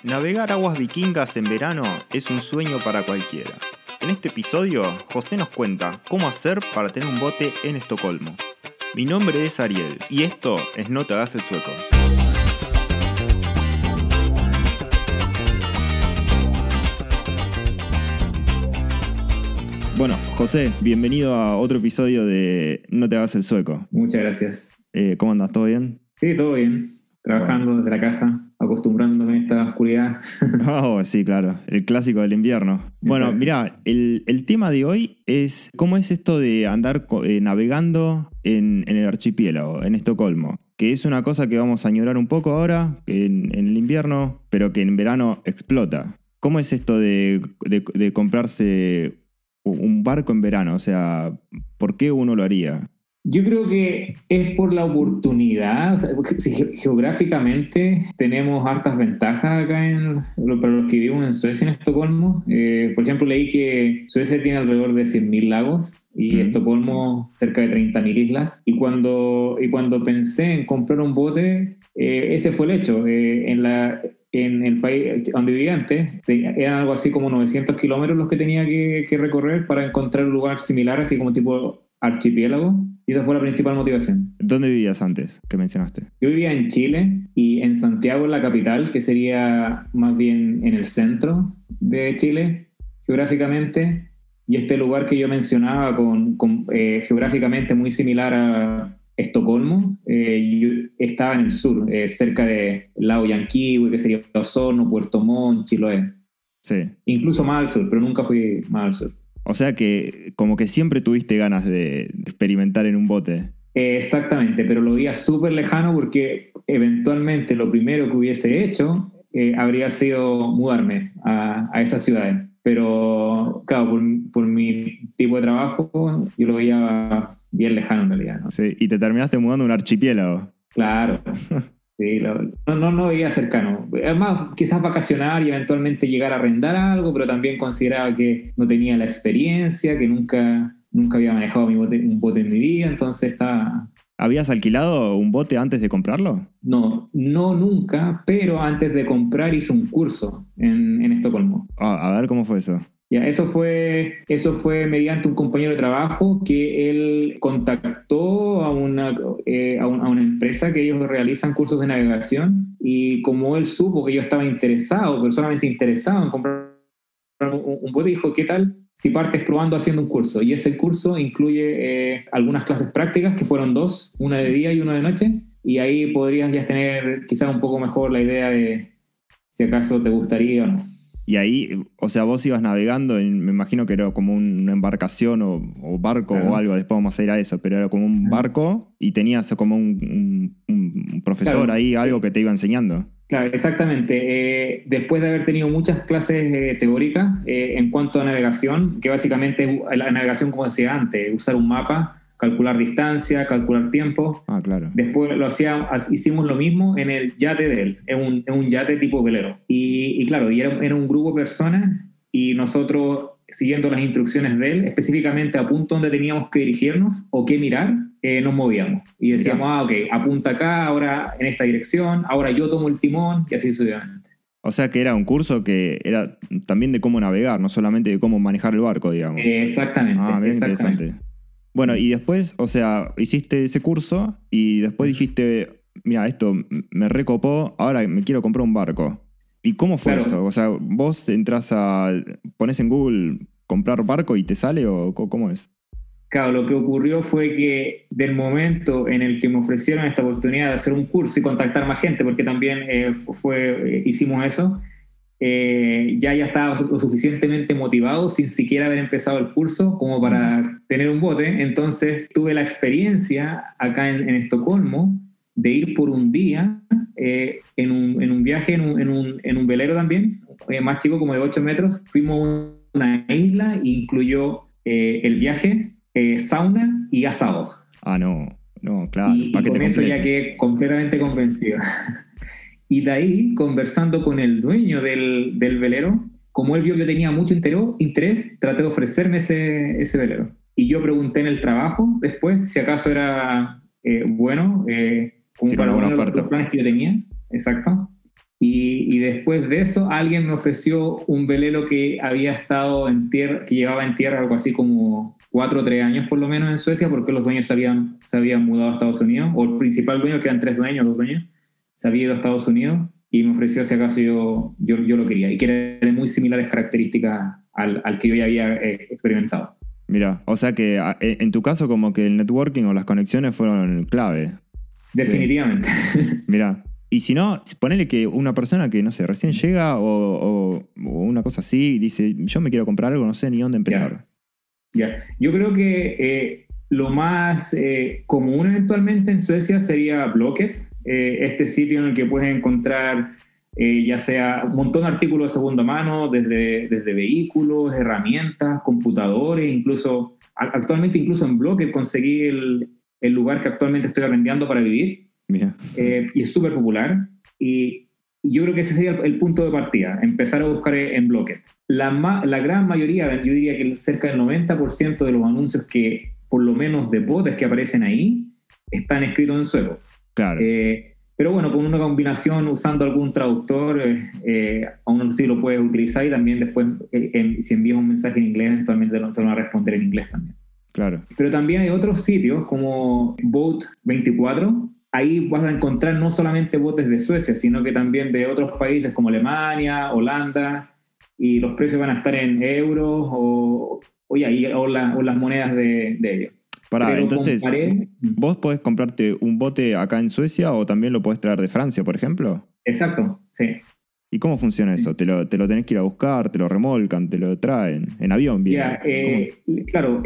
Navegar aguas vikingas en verano es un sueño para cualquiera. En este episodio, José nos cuenta cómo hacer para tener un bote en Estocolmo. Mi nombre es Ariel y esto es No te hagas el sueco. Bueno, José, bienvenido a otro episodio de No te hagas el sueco. Muchas gracias. ¿Cómo andas? ¿Todo bien? Sí, todo bien. Trabajando desde la casa, acostumbrándome a esta oscuridad. Oh, sí, claro. El clásico del invierno. Bueno, mirá, el tema de hoy es cómo es esto de andar navegando en el archipiélago, en Estocolmo. Que es una cosa que vamos a añorar un poco ahora, en el invierno, pero que en verano explota. ¿Cómo es esto de comprarse un barco en verano? O sea, ¿por qué uno lo haría? Yo creo que es por la oportunidad. O sea, geográficamente tenemos hartas ventajas acá para los que vivimos en Suecia, en Estocolmo. Por ejemplo, leí que Suecia tiene alrededor de 100.000 lagos y Estocolmo cerca de 30.000 islas. Y cuando pensé en comprar un bote, ese fue el hecho. En el país donde vivía antes, eran algo así como 900 kilómetros los que tenía que recorrer para encontrar un lugar similar, así como tipo archipiélago, y esa fue la principal motivación. ¿Dónde vivías antes que mencionaste? Yo vivía en Chile y en Santiago, en la capital, que sería más bien en el centro de Chile, geográficamente, y este lugar que yo mencionaba geográficamente muy similar a Estocolmo, yo estaba en el sur, cerca del lago Yanquihue, que sería Osorno, Puerto Montt, Chiloé. Sí. Incluso más al sur, pero nunca fui más al sur. O sea que como que siempre tuviste ganas de experimentar en un bote. Exactamente, pero lo veía súper lejano porque eventualmente lo primero que hubiese hecho habría sido mudarme a esas ciudades. Pero claro, por mi tipo de trabajo yo lo veía bien lejano en realidad, ¿no? Sí, y te terminaste mudando a un archipiélago. Claro. Sí, no veía cercano. Además, quizás vacacionar y eventualmente llegar a arrendar algo, pero también consideraba que no tenía la experiencia, que nunca había manejado un bote en mi vida, entonces estaba... ¿Habías alquilado un bote antes de comprarlo? No, nunca, pero antes de comprar hice un curso en Estocolmo. A ver, ¿cómo fue eso? Ya, eso fue mediante un compañero de trabajo que él contactó a una empresa que ellos realizan cursos de navegación, y como él supo que yo estaba interesado, pero solamente interesado en comprar un bote, dijo, ¿qué tal si partes probando haciendo un curso? Y ese curso incluye algunas clases prácticas, que fueron 2, una de día y una de noche, y ahí podrías ya tener quizás un poco mejor la idea de si acaso te gustaría o no. Y ahí, o sea, vos ibas navegando, me imagino que era como una embarcación o barco, claro, o algo, después vamos a ir a eso, pero era como un barco y tenías como un profesor, claro, ahí, algo que te iba enseñando. Claro, exactamente. Después de haber tenido muchas clases teóricas en cuanto a navegación, que básicamente es la navegación como decía antes, usar un mapa, calcular distancia, calcular tiempo. Ah, claro. Después hicimos lo mismo en el yate de él, en un yate tipo velero. Y claro, era un grupo de personas, y nosotros, siguiendo las instrucciones de él, específicamente a punto donde teníamos que dirigirnos o qué mirar, nos movíamos. Y decíamos, ok, apunta acá, ahora en esta dirección, ahora yo tomo el timón, y así sucesivamente. O sea que era un curso que era también de cómo navegar, no solamente de cómo manejar el barco, digamos. Exactamente. Ah, bien, interesante. Bueno, y después, o sea, hiciste ese curso y después dijiste, mira, esto me recopó, ahora me quiero comprar un barco. ¿Y cómo fue eso? O sea, vos pones en Google comprar barco y te sale, o cómo es? Claro, lo que ocurrió fue que del momento en el que me ofrecieron esta oportunidad de hacer un curso y contactar más gente, porque también hicimos eso, ya estaba lo suficientemente motivado sin siquiera haber empezado el curso como para tener un bote. Entonces tuve la experiencia acá en Estocolmo de ir por un día en un viaje en un velero también, más chico, como de 8 metros. Fuimos a una isla e incluyó el viaje, sauna y asado. Ah, no, claro. Y con eso ya quedé completamente convencido. Y de ahí, conversando con el dueño del velero, como él vio que yo tenía mucho interés, traté de ofrecerme ese velero. Y yo pregunté en el trabajo después si acaso era bueno, como sí, para una uno de los planes que yo tenía. Exacto. Y después de eso alguien me ofreció un velero que había estado en tierra, que llevaba en tierra algo así como 4 o 3 años por lo menos en Suecia, porque los dueños se habían mudado a Estados Unidos, o el principal dueño, que eran 3 dueños, 2 dueños, se había ido a Estados Unidos y me ofreció si acaso yo lo quería, y que era de muy similares características al que yo ya había experimentado. Mira, o sea que en tu caso como que el networking o las conexiones fueron clave. Definitivamente. Sí. Mira. Y si no, ponele que una persona que, no sé, recién llega o una cosa así, dice, yo me quiero comprar algo, no sé ni dónde empezar. Ya. Yo creo que lo más común eventualmente en Suecia sería Blocket, este sitio en el que puedes encontrar ya sea un montón de artículos de segunda mano, desde vehículos, herramientas, computadores, incluso actualmente incluso en Blocket conseguí el lugar que actualmente estoy arrendando para vivir. Y es súper popular, y yo creo que ese sería el punto de partida, empezar a buscar en Blocket. La gran mayoría, yo diría que cerca del 90% de los anuncios que, por lo menos de botes que aparecen ahí, están escritos en sueco. Claro. Pero bueno, con una combinación usando algún traductor, aún sí lo puedes utilizar, y también después si envías un mensaje en inglés, eventualmente te lo van a responder en inglés también. Claro. Pero también hay otros sitios como Boat24. Ahí vas a encontrar no solamente botes de Suecia, sino que también de otros países como Alemania, Holanda, y los precios van a estar en euros o las monedas de ellos. Entonces, ¿vos podés comprarte un bote acá en Suecia o también lo podés traer de Francia, por ejemplo? Exacto, sí. ¿Y cómo funciona eso? ¿Te lo tenés que ir a buscar? ¿Te lo remolcan? ¿Te lo traen? ¿En avión viene? Claro,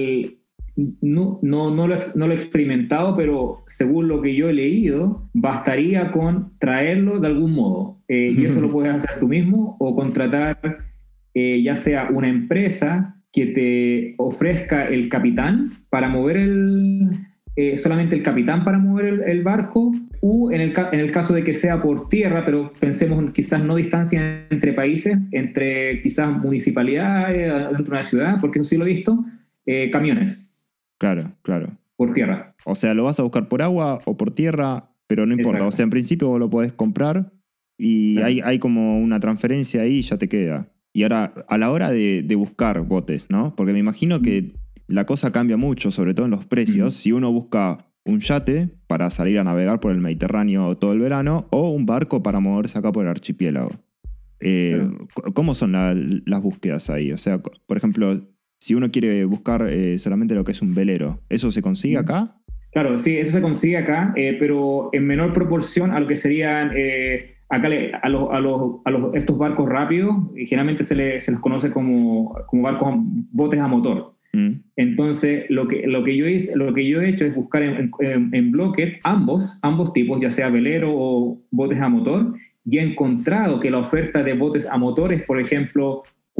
no lo he experimentado, pero según lo que yo he leído, bastaría con traerlo de algún modo. Y eso lo puedes hacer tú mismo o contratar ya sea una empresa que te ofrezca el capitán para mover solamente el capitán para mover el barco, o en el caso de que sea por tierra, pero pensemos quizás no distancia entre países, entre quizás municipalidades dentro de una ciudad, porque eso sí lo he visto, camiones. Claro. Por tierra. O sea, lo vas a buscar por agua o por tierra, pero no importa. Exacto. O sea, en principio vos lo podés comprar y claro, hay como una transferencia ahí y ya te queda. Y ahora, a la hora de buscar botes, ¿no? Porque me imagino que la cosa cambia mucho, sobre todo en los precios. Si uno busca un yate para salir a navegar por el Mediterráneo todo el verano o un barco para moverse acá por el archipiélago. Claro. ¿Cómo son las búsquedas ahí? O sea, por ejemplo, si uno quiere buscar solamente lo que es un velero, ¿eso se consigue acá? Claro, sí, eso se consigue acá, pero en menor proporción a lo que serían acá estos barcos rápidos, y generalmente se les conoce como botes a motor. Entonces, lo que yo he hecho es buscar en Blocket ambos tipos, ya sea velero o botes a motor, y he encontrado que la oferta de botes a motor es, por ejemplo,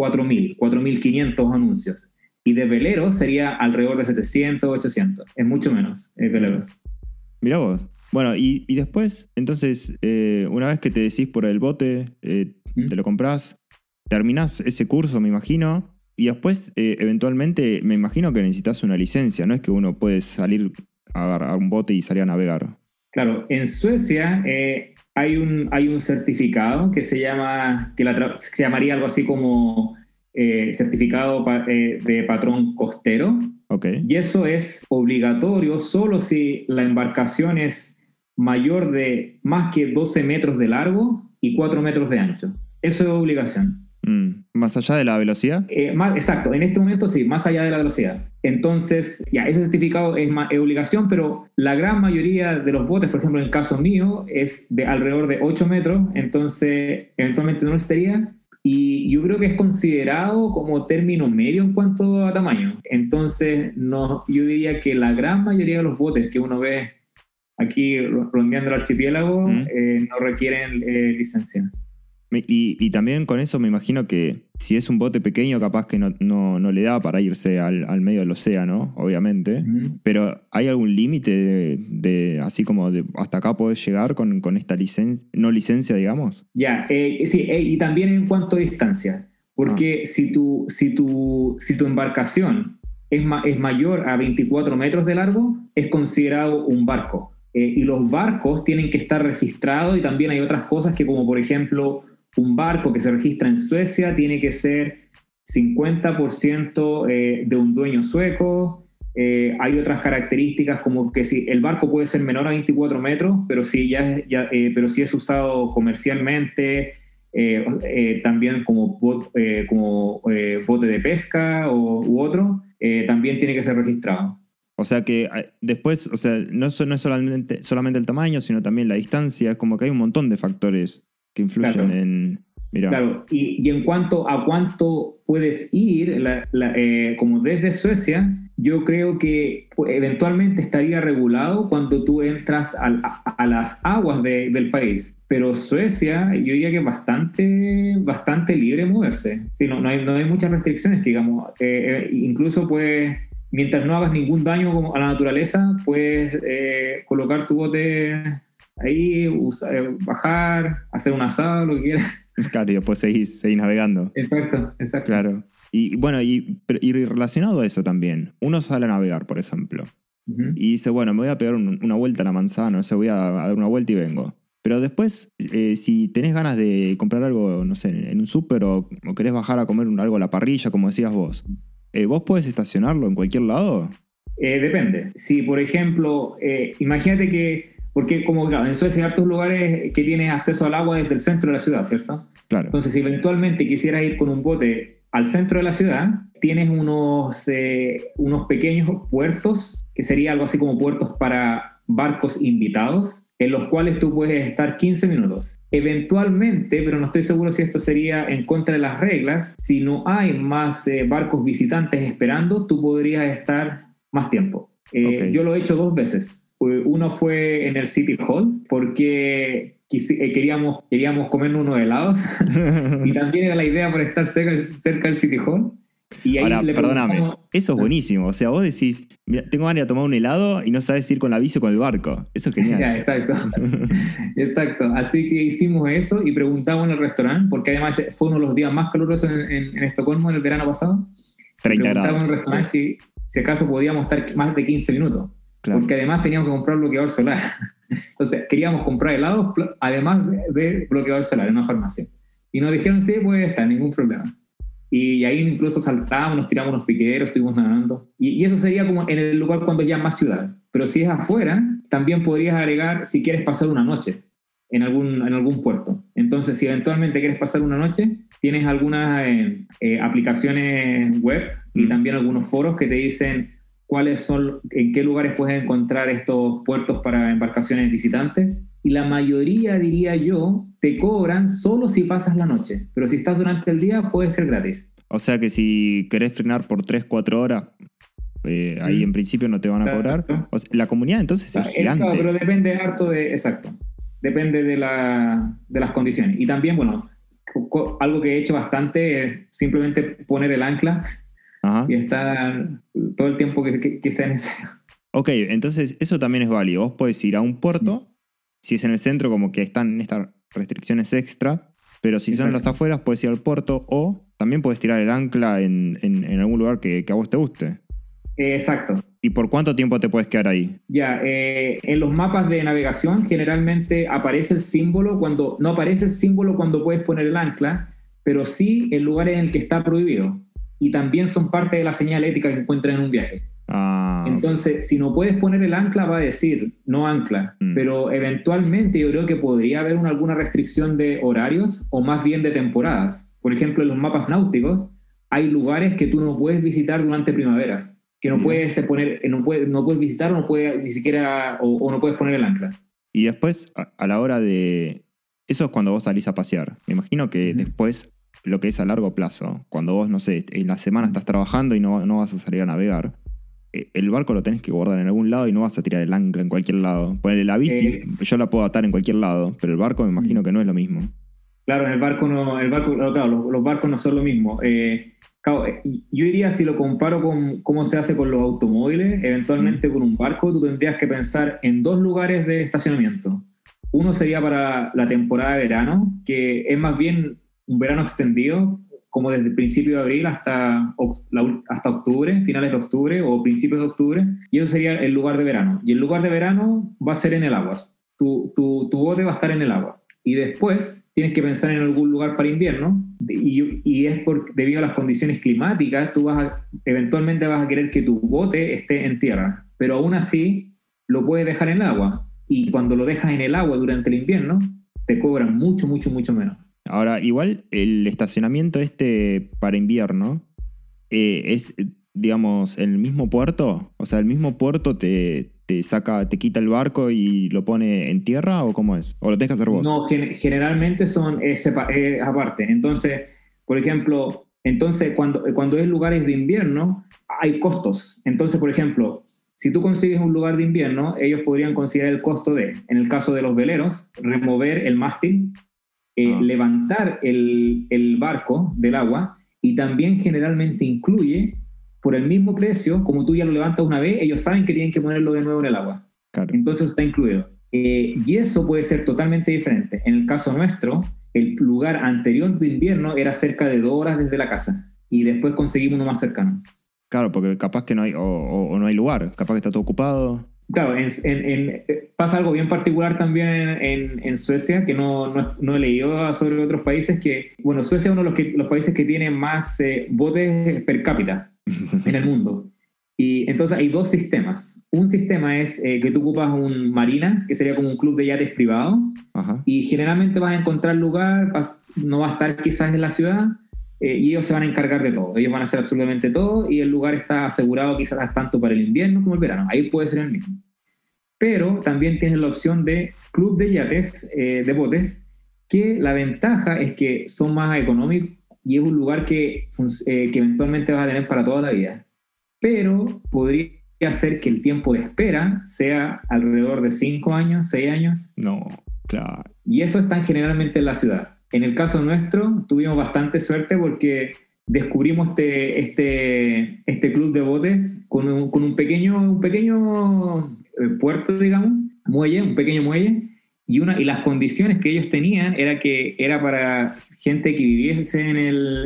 4.500 anuncios. Y de veleros sería alrededor de 700, 800. Es mucho menos veleros. Mirá vos. Bueno, y después, entonces, una vez que te decís por el bote, te lo comprás, terminás ese curso, me imagino, y después, eventualmente, me imagino que necesitas una licencia. No es que uno puede salir a agarrar un bote y salir a navegar. Claro, en Suecia hay un certificado que se llamaría algo así como certificado de patrón costero. Okay. Y eso es obligatorio solo si la embarcación es mayor de más que 12 metros de largo y 4 metros de ancho. Eso es obligación. ¿Más allá de la velocidad? Exacto, en este momento sí, más allá de la velocidad. Entonces, ese certificado es obligación, pero la gran mayoría de los botes, por ejemplo, en el caso mío, es de alrededor de 8 metros, entonces eventualmente no necesitaría. Y yo creo que es considerado como término medio en cuanto a tamaño. Entonces, yo diría que la gran mayoría de los botes que uno ve aquí rondeando el archipiélago no requieren licencia. Y también con eso me imagino que si es un bote pequeño capaz que no le da para irse al medio del océano, obviamente, pero ¿hay algún límite de así como de hasta acá podés llegar con esta licencia, digamos? Sí, y también en cuanto a distancia, porque si tu embarcación es mayor a 24 metros de largo, es considerado un barco. y los barcos tienen que estar registrados, y también hay otras cosas que, como por ejemplo, un barco que se registra en Suecia tiene que ser 50% de un dueño sueco. Hay otras características como que si el barco puede ser menor a 24 metros, pero si, pero si es usado comercialmente, también como bote de pesca u otro, también tiene que ser registrado. O sea que después, o sea, no es solamente el tamaño, sino también la distancia. Es como que hay un montón de factores que influyen, claro, en... Mirá. Claro, y en cuanto a cuánto puedes ir, como desde Suecia, yo creo que eventualmente estaría regulado cuando tú entras a las aguas del país. Pero Suecia, yo diría que es bastante libre de moverse. Sí, no hay muchas restricciones, digamos. Incluso, pues, mientras no hagas ningún daño a la naturaleza, puedes colocar tu bote ahí, bajar, hacer un asado, lo que quieras. Claro, y después seguís navegando. Exacto. Claro. Y bueno, y relacionado a eso también, uno sale a navegar, por ejemplo, y dice, bueno, me voy a pegar una vuelta a la manzana, no sé, voy a dar una vuelta y vengo. Pero después, si tenés ganas de comprar algo, no sé, en un súper o querés bajar a comer algo a la parrilla, como decías vos, ¿vos podés estacionarlo en cualquier lado? Depende. Si, por ejemplo, imagínate que... Porque como claro, en Suecia hay hartos lugares que tienes acceso al agua desde el centro de la ciudad, ¿cierto? Claro. Entonces, si eventualmente quisieras ir con un bote al centro de la ciudad, tienes unos pequeños puertos, que sería algo así como puertos para barcos invitados, en los cuales tú puedes estar 15 minutos. Eventualmente, pero no estoy seguro si esto sería en contra de las reglas, si no hay más barcos visitantes esperando, tú podrías estar más tiempo. Okay. Yo lo he hecho 2 veces. Uno fue en el City Hall, porque queríamos comernos unos helados y también era la idea por estar cerca del City Hall. Y ahí ahora, perdóname, eso es buenísimo. O sea, vos decís, mira, tengo ganas de tomar un helado y no sabes ir con la bici o con el barco. Eso es genial. Ya, exacto. Así que hicimos eso y preguntamos en el restaurante, porque además fue uno de los días más calurosos en Estocolmo en el verano pasado. 30 grados. Preguntamos en el restaurante si acaso podíamos estar más de 15 minutos. Claro. Porque además teníamos que comprar bloqueador solar. Entonces queríamos comprar helados además de bloqueador solar en una farmacia. Y nos dijeron, sí, puede estar, ningún problema. Y ahí incluso saltábamos, nos tiramos unos piqueros, estuvimos nadando. Y eso sería como en el lugar cuando ya es más ciudad. Pero si es afuera, también podrías agregar si quieres pasar una noche en algún puerto. Entonces, si eventualmente quieres pasar una noche, tienes algunas aplicaciones web y también algunos foros que te dicen en qué lugares puedes encontrar estos puertos para embarcaciones visitantes, y la mayoría, diría yo, te cobran solo si pasas la noche, pero si estás durante el día puede ser gratis. O sea que si querés frenar por 3-4 horas, ahí en principio no te van a cobrar. O sea, la comunidad entonces es gigante. Claro, pero depende harto depende de las condiciones. Y también, bueno, algo que he hecho bastante es simplemente poner el ancla. Ajá. Y estar todo el tiempo que sea necesario. Ok, entonces eso también es válido. Vos podés ir a un puerto, si es en el centro como que están estas restricciones extra, pero si son en las afueras puedes ir al puerto, o también puedes tirar el ancla en algún lugar que a vos te guste. Exacto. ¿Y por cuánto tiempo te puedes quedar ahí? Ya, en los mapas de navegación generalmente aparece el símbolo no aparece el símbolo cuando puedes poner el ancla, pero sí el lugar en el que está prohibido. Y también son parte de la señal ética que encuentran en un viaje. Entonces, okay, si no puedes poner el ancla, va a decir no ancla. Pero eventualmente yo creo que podría haber alguna restricción de horarios o más bien de temporadas. Por ejemplo, en los mapas náuticos hay lugares que tú no puedes visitar durante primavera, que no puedes visitar o no puedes ni siquiera o no puedes poner el ancla. Y después, a la hora de... Eso es cuando vos salís a pasear. Me imagino que después... Lo que es a largo plazo, cuando vos, no sé, en la semana estás trabajando y no vas a salir a navegar, el barco lo tenés que guardar en algún lado y no vas a tirar el ancla en cualquier lado. Ponerle la bici, yo la puedo atar en cualquier lado, pero el barco me imagino que no es lo mismo. Claro, en el barco no, claro, los barcos no son lo mismo. Claro, yo diría, si lo comparo con cómo se hace con los automóviles, eventualmente con un barco tú tendrías que pensar en 2 lugares de estacionamiento. Uno sería para la temporada de verano, que es más bien un verano extendido, como desde el principio de abril hasta octubre, finales de octubre o principios de octubre, y eso sería el lugar de verano. Y el lugar de verano va a ser en el agua. Tu bote va a estar en el agua. Y después tienes que pensar en algún lugar para invierno, y es debido a las condiciones climáticas, eventualmente vas a querer que tu bote esté en tierra, pero aún así lo puedes dejar en el agua. Y cuando lo dejas en el agua durante el invierno, te cobran mucho, mucho, mucho menos. Ahora, igual el estacionamiento para invierno es, digamos, en el mismo puerto. O sea, el mismo puerto te quita el barco y lo pone en tierra, ¿o cómo es? ¿O lo tenés que hacer vos? No, generalmente son aparte. Entonces, por ejemplo, cuando es lugares de invierno, hay costos. Entonces, por ejemplo, si tú consigues un lugar de invierno, ellos podrían considerar el costo en el caso de los veleros, remover el mástil, levantar el barco del agua, y también generalmente incluye, por el mismo precio, como tú ya lo levantas una vez, ellos saben que tienen que ponerlo de nuevo en el agua. Claro. Entonces está incluido. Y eso puede ser totalmente diferente. En el caso nuestro, el lugar anterior de invierno era cerca de 2 horas desde la casa, y después conseguimos uno más cercano. Claro, porque capaz que no hay, o no hay lugar, capaz que está todo ocupado. Claro, pasa algo bien particular también en Suecia, que no he leído sobre otros países, que, bueno, Suecia es uno de los países que tiene más botes per cápita en el mundo. Y entonces hay 2 sistemas. Un sistema es que tú ocupas un marina, que sería como un club de yates privado. Ajá. Y generalmente vas a encontrar lugar, no va a estar quizás en la ciudad, y ellos se van a encargar de todo. Ellos van a hacer absolutamente todo, y el lugar está asegurado quizás tanto para el invierno como el verano. Ahí puede ser el mismo. Pero también tienes la opción de club de yates, de botes, que la ventaja es que son más económicos y es un lugar que eventualmente vas a tener para toda la vida. Pero podría ser que el tiempo de espera sea alrededor de 5 años, 6 años. No, claro. Y eso está generalmente en la ciudad. En el caso nuestro, tuvimos bastante suerte porque descubrimos este club de botes con un pequeño puerto, digamos, un pequeño muelle, y las condiciones que ellos tenían era para gente que viviese en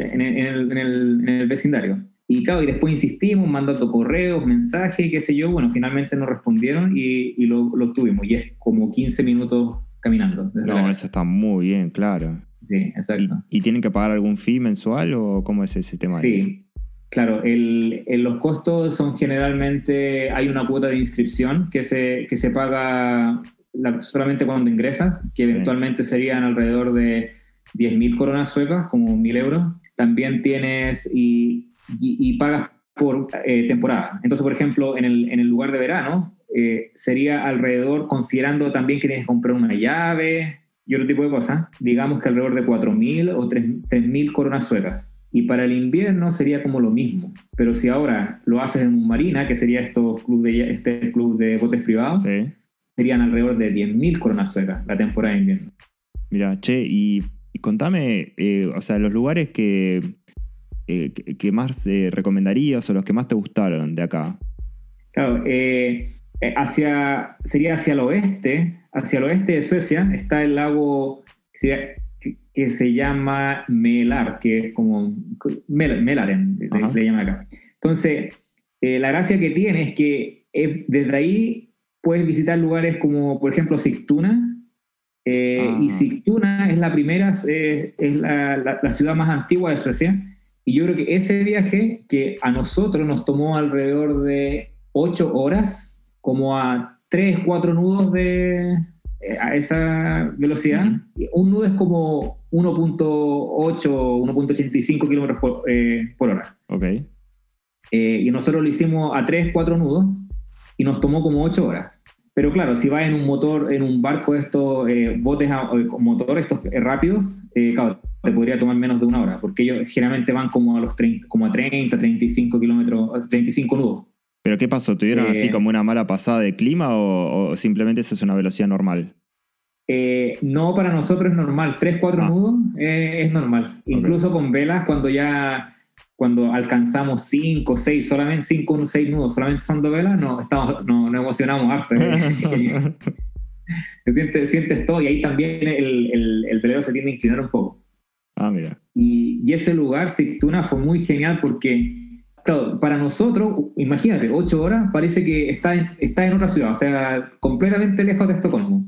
el vecindario. Y claro, y después insistimos, mandando correos, mensajes, qué sé yo, bueno, finalmente nos respondieron y lo obtuvimos, y es como 15 minutos caminando. No, eso está muy bien, claro. Sí, exacto. ¿Y tienen que pagar algún fee mensual o cómo es ese tema? Sí, claro. Los costos son generalmente, hay una cuota de inscripción que se paga solamente cuando ingresas, que eventualmente serían alrededor de 10.000 coronas suecas, como 1.000 euros. También tienes y pagas por temporada. Entonces, por ejemplo, en el lugar de verano sería alrededor, considerando también que tienes que comprar una llave y otro tipo de cosas, digamos que alrededor de 4.000 o 3.000 coronas suecas. Y para el invierno sería como lo mismo. Pero si ahora lo haces en un marina, que sería este club de botes privados, sí, serían alrededor de 10.000 coronas suecas la temporada de invierno. Mira, che, y contame, o sea, los lugares que más recomendarías o los que más te gustaron de acá. Claro, sería hacia el oeste de Suecia está el lago que se llama Melar, que es como Mälaren, le llaman acá. Entonces, la gracia que tiene es que desde ahí puedes visitar lugares como, por ejemplo, Sigtuna, y Sigtuna es la primera, es la ciudad más antigua de Suecia, y yo creo que ese viaje, que a nosotros nos tomó alrededor de 8 horas, como a 3-4 nudos a esa velocidad. Un nudo es como 1.8, 1.85 kilómetros por hora. Ok. Y nosotros lo hicimos a 3-4 nudos y nos tomó como 8 horas. Pero claro, si vas en un barco de estos botes con motor, estos rápidos, claro, te podría tomar menos de 1 hora, porque ellos generalmente van como a 30, 35 kilómetros, 35 nudos. ¿Pero qué pasó? ¿Tuvieron así como una mala pasada de clima o simplemente eso es una velocidad normal? No, para nosotros es normal. 3-4 nudos es normal. Okay. Incluso con velas, cuando alcanzamos 5, 6, solamente 5 o 6 nudos, solamente son 2 velas, nos emocionamos harto. Sientes todo, y ahí también el velero se tiende a inclinar un poco. Ah, mira. Y ese lugar, Sigtuna, fue muy genial porque, claro, para nosotros, imagínate, 8 horas, parece que está en otra ciudad, o sea, completamente lejos de Estocolmo.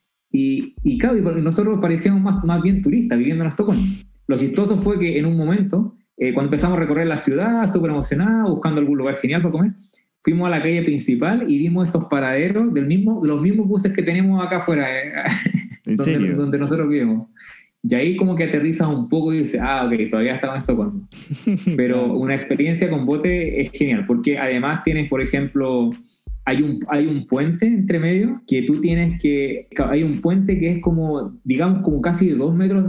Y claro, y nosotros parecíamos más bien turistas viviendo en Estocolmo. Lo chistoso fue que en un momento, cuando empezamos a recorrer la ciudad, súper emocionados, buscando algún lugar genial para comer, fuimos a la calle principal y vimos estos paraderos de los mismos buses que tenemos acá afuera, ¿En serio? donde nosotros vivimos. Y ahí como que aterrizas un poco y dices, ok, todavía estaba en Estocolmo. Pero una experiencia con bote es genial, porque además tienes, por ejemplo, hay un puente entre medio que tú tienes que... Hay un puente que es como, digamos, como casi 2 metros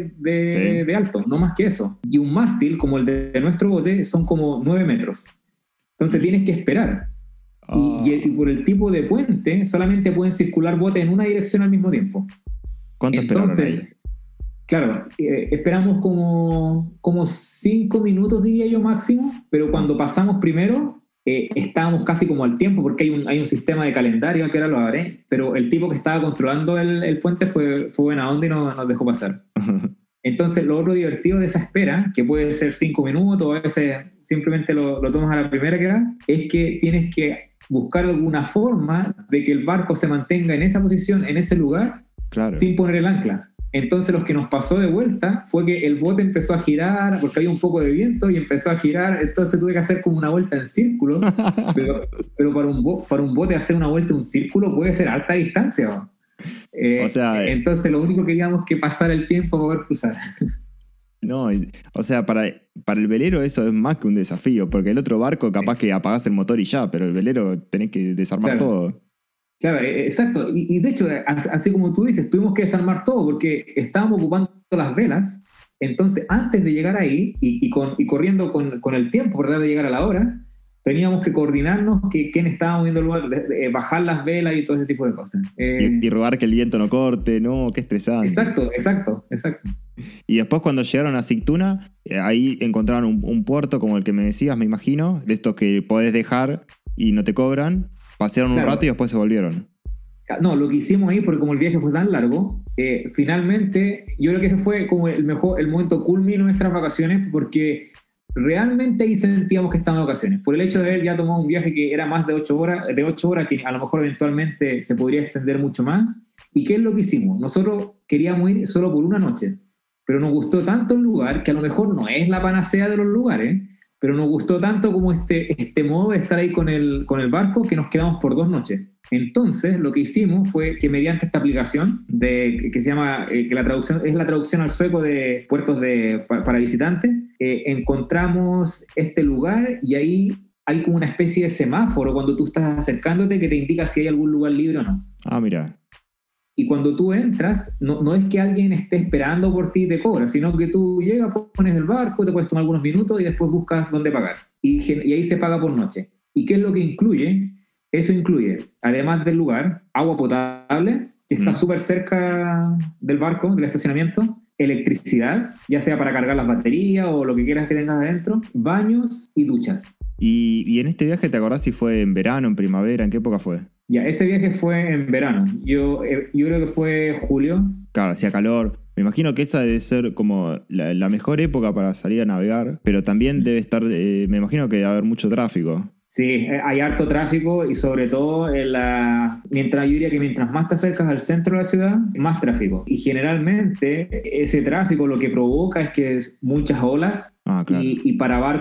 de alto, no más que eso. Y un mástil, como el de nuestro bote, son como 9 metros. Entonces tienes que esperar. Y por el tipo de puente, solamente pueden circular botes en una dirección al mismo tiempo. ¿Cuánto esperaron ahí? Claro, esperamos como 5 minutos, diría yo, máximo, pero cuando pasamos primero, estábamos casi como al tiempo, porque hay un sistema de calendario, que ahora lo haré, pero el tipo que estaba controlando el puente fue buena onda y nos dejó pasar. Entonces, lo otro divertido de esa espera, que puede ser 5 minutos, o a veces simplemente lo tomas a la primera que das, es que tienes que buscar alguna forma de que el barco se mantenga en esa posición, en ese lugar, claro, sin poner el ancla. Entonces lo que nos pasó de vuelta fue que el bote empezó a girar, porque había un poco de viento y empezó a girar, entonces tuve que hacer como una vuelta en círculo, pero para un bote hacer una vuelta en un círculo puede ser alta distancia. O sea, entonces lo único que queríamos que pasara el tiempo para poder cruzar. No, o sea, para el velero eso es más que un desafío, porque el otro barco capaz que apagás el motor y ya, pero el velero tenés que desarmar todo. Claro, exacto. Y de hecho, así como tú dices, tuvimos que desarmar todo porque estábamos ocupando las velas. Entonces, antes de llegar ahí y corriendo con el tiempo, ¿verdad?, de llegar a la hora, teníamos que coordinarnos quién estaba moviendo el lugar, bajar las velas y todo ese tipo de cosas. Y rogar que el viento no corte, ¿no? Qué estresante. Exacto. Y después cuando llegaron a Sigtuna, ahí encontraron un puerto como el que me decías, me imagino, de estos que podés dejar y no te cobran. Pasearon un rato y después se volvieron. No, lo que hicimos ahí, porque como el viaje fue tan largo, finalmente, yo creo que ese fue como el momento culmine de nuestras vacaciones, porque realmente ahí sentíamos que estábamos en vacaciones. Por el hecho de haber ya tomado un viaje que era más de 8 horas, que a lo mejor eventualmente se podría extender mucho más. ¿Y qué es lo que hicimos? Nosotros queríamos ir solo por una noche, pero nos gustó tanto el lugar, que a lo mejor no es la panacea de los lugares, pero nos gustó tanto como este modo de estar ahí con el barco, que nos quedamos por 2 noches. Entonces, lo que hicimos fue que mediante esta aplicación que se llama, que la traducción es la traducción al sueco de puertos para visitantes, encontramos este lugar y ahí hay como una especie de semáforo cuando tú estás acercándote que te indica si hay algún lugar libre o no. Ah, mira. Y cuando tú entras, no es que alguien esté esperando por ti y te cobra, sino que tú llegas, pones el barco, te puedes tomar algunos minutos y después buscas dónde pagar. Y ahí se paga por noche. ¿Y qué es lo que incluye? Eso incluye, además del lugar, agua potable, que está súper cerca del barco, del estacionamiento, electricidad, ya sea para cargar las baterías o lo que quieras que tengas adentro, baños y duchas. ¿Y en este viaje te acordás si fue en verano, en primavera, en qué época fue? Ya, ese viaje fue en verano. Yo creo que fue julio. Claro, hacía calor. Me imagino que esa debe ser como la mejor época para salir a navegar, pero también debe estar, me imagino que debe haber mucho tráfico. Sí, hay harto tráfico y sobre todo yo diría que mientras más te acercas al centro de la ciudad, más tráfico. Y generalmente ese tráfico lo que provoca es que muchas olas. Claro. Y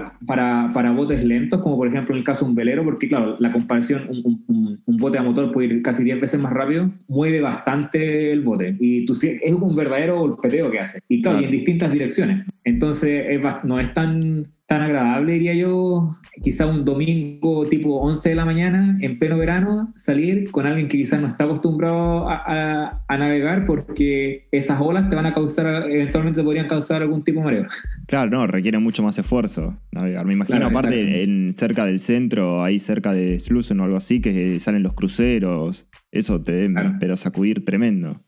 para botes lentos, como por ejemplo en el caso de un velero, porque claro, la comparación, un bote a motor puede ir casi 10 veces más rápido, mueve bastante el bote y es un verdadero golpeteo que hace, y claro, y en distintas direcciones. Entonces no es tan agradable, diría yo, quizá un domingo tipo 11 de la mañana, en pleno verano, salir con alguien que quizás no está acostumbrado a navegar, porque esas olas te van a causar, eventualmente te podrían causar algún tipo de mareo. Claro, no, requiere mucho más esfuerzo navegar. Me imagino, claro, aparte cerca del centro, ahí cerca de Slusen o algo así, que salen los cruceros, eso te debe, claro, pero sacudir tremendo.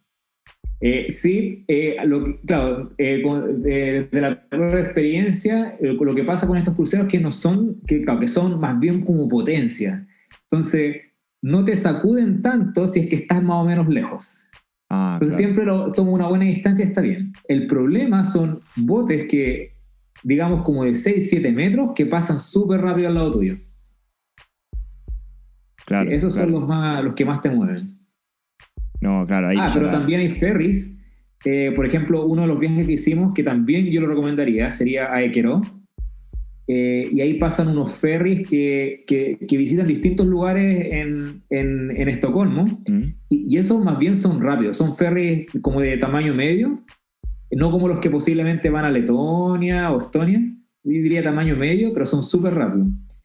Sí, claro, de la propia experiencia, lo que pasa con estos cruceros que son más bien como potencia. Entonces, no te sacuden tanto si es que estás más o menos lejos. Entonces siempre lo tomo una buena distancia, está bien. El problema son botes que, digamos, como de 6, 7 metros, que pasan súper rápido al lado tuyo. Claro, esos son los que más te mueven. No, claro. Ahí pero también hay ferries. Por ejemplo, uno de los viajes que hicimos, que también yo lo recomendaría, sería a Ekerö. Y ahí pasan unos ferries que visitan distintos lugares en Estocolmo. Y esos más bien son rápidos. Son ferries como de tamaño medio, no como los que posiblemente van a Letonia o Estonia. Yo diría tamaño medio, pero son súper rápidos.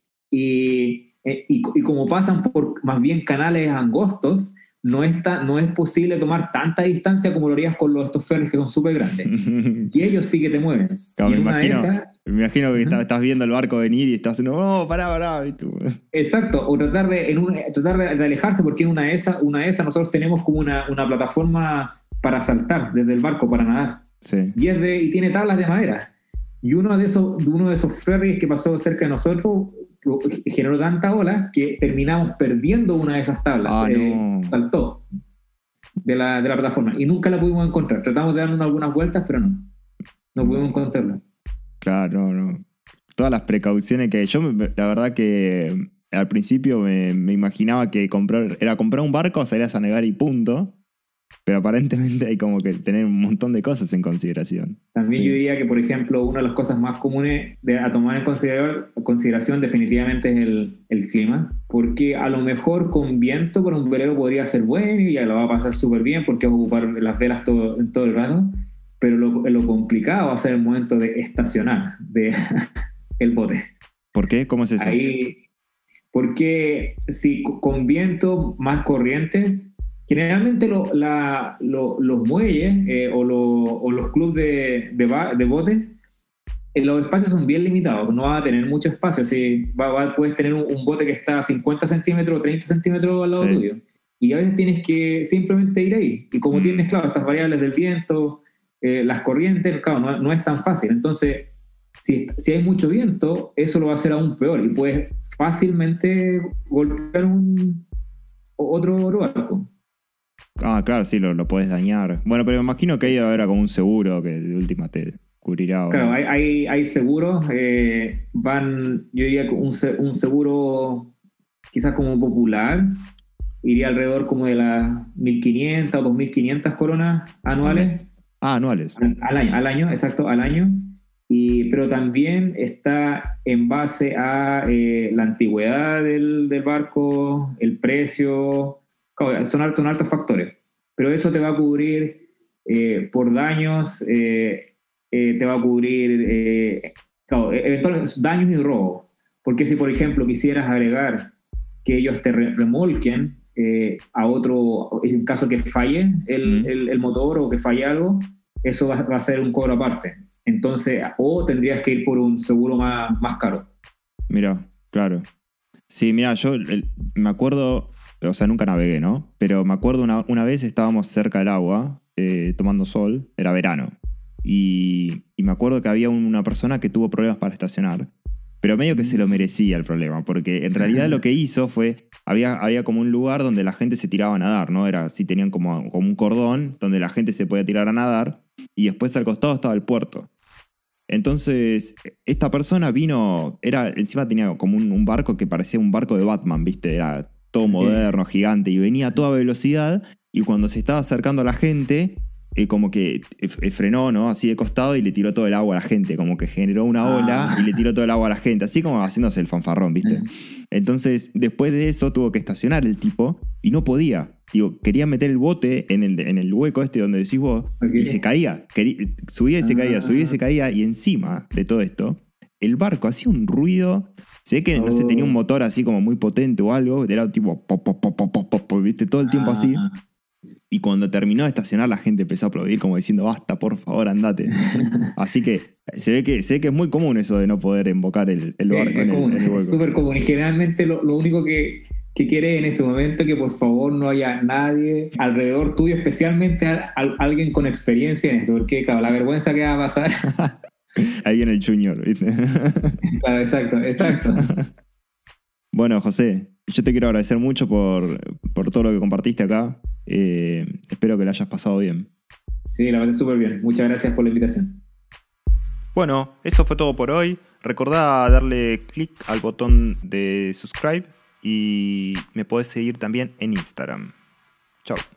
Y como pasan por más bien canales angostos, no es posible tomar tanta distancia como lo harías con estos ferries que son súper grandes. Y ellos sí que te mueven. Claro, me imagino que estás viendo el barco venir y estás haciendo, no, pará. Exacto, o tratar de alejarse, porque en una de esas nosotros tenemos como una plataforma para saltar desde el barco, para nadar. Sí. Y tiene tablas de madera. Y uno de esos ferries que pasó cerca de nosotros generó tanta ola que terminamos perdiendo una de esas tablas. No. Saltó de la plataforma y nunca la pudimos encontrar. Tratamos de darnos algunas vueltas, pero no pudimos encontrarla. Claro, no. Todas las precauciones que yo, la verdad que al principio me imaginaba que era comprar un barco, salías a navegar y punto. Pero aparentemente hay como que tener un montón de cosas en consideración. También yo diría que, por ejemplo, una de las cosas más comunes a tomar en consideración definitivamente es el clima, porque a lo mejor con viento por un velero podría ser bueno y ya lo va a pasar súper bien porque va a ocupar las velas todo el rato, pero lo complicado va a ser el momento de estacionar el bote. ¿Por qué? ¿Cómo es eso? Porque si con viento, más corrientes, generalmente los muelles o los clubes de botes, los espacios son bien limitados, no vas a tener mucho espacio. Puedes tener un bote que está a 50 centímetros o 30 centímetros al lado tuyo, y a veces tienes que simplemente ir ahí. Y como tienes, claro, estas variables del viento, las corrientes, claro, no es tan fácil. Entonces, si hay mucho viento, eso lo va a hacer aún peor y puedes fácilmente golpear otro barco. Claro, sí, lo puedes dañar. Bueno, pero me imagino que ahí habrá como un seguro que de última te cubrirá. Claro, hay seguros. Yo diría que un seguro quizás como popular iría alrededor como de las 1.500 o 2.500 coronas anuales. Anuales. Al año, exacto, al año. Pero también está en base a la antigüedad del barco, el precio. Son altos factores, pero eso te va a cubrir por daños, te va a cubrir eventualmente daños y robos. Porque si, por ejemplo, quisieras agregar que ellos te remolquen a otro, en caso que falle el motor o que falle algo, eso va a ser un cobro aparte. Entonces, o tendrías que ir por un seguro más caro. Mira, claro. Sí, mira, yo me acuerdo. O sea, nunca navegué, ¿no? Pero me acuerdo una vez estábamos cerca del agua, tomando sol, era verano. Y me acuerdo que había una persona que tuvo problemas para estacionar. Pero medio que se lo merecía el problema, porque en realidad lo que hizo fue, había como un lugar donde la gente se tiraba a nadar, ¿no? Tenían como un cordón donde la gente se podía tirar a nadar, y después al costado estaba el puerto. Entonces, esta persona encima tenía como un barco que parecía un barco de Batman, ¿viste? Era todo moderno, gigante, y venía a toda velocidad, y cuando se estaba acercando a la gente, como que frenó, ¿no? Así de costado y le tiró todo el agua a la gente, como que generó una ola y le tiró todo el agua a la gente, así como haciéndose el fanfarrón, ¿viste? Entonces, después de eso tuvo que estacionar el tipo y no podía. Quería meter el bote en el hueco este donde decís vos, y se caía. Subía y se caía, y encima de todo esto, el barco hacía un ruido. Sé que, no sé, tenía un motor así como muy potente o algo, era tipo pop, pop, pop, pop, pop, ¿viste? Todo el tiempo así. Y cuando terminó de estacionar, la gente empezó a aplaudir como diciendo, basta, por favor, andate. Así que se ve que es muy común eso de no poder embocar el barco en el hueco. Es súper común, y generalmente lo único que quieres en ese momento que por favor no haya nadie alrededor tuyo, especialmente alguien con experiencia en esto, porque claro, la vergüenza que va a pasar... Ahí en el junior, ¿viste? Claro, exacto. Bueno, José, yo te quiero agradecer mucho por todo lo que compartiste acá. Espero que la hayas pasado bien. Sí, la pasé súper bien. Muchas gracias por la invitación. Bueno, eso fue todo por hoy. Recordá darle clic al botón de subscribe y me podés seguir también en Instagram. Chao.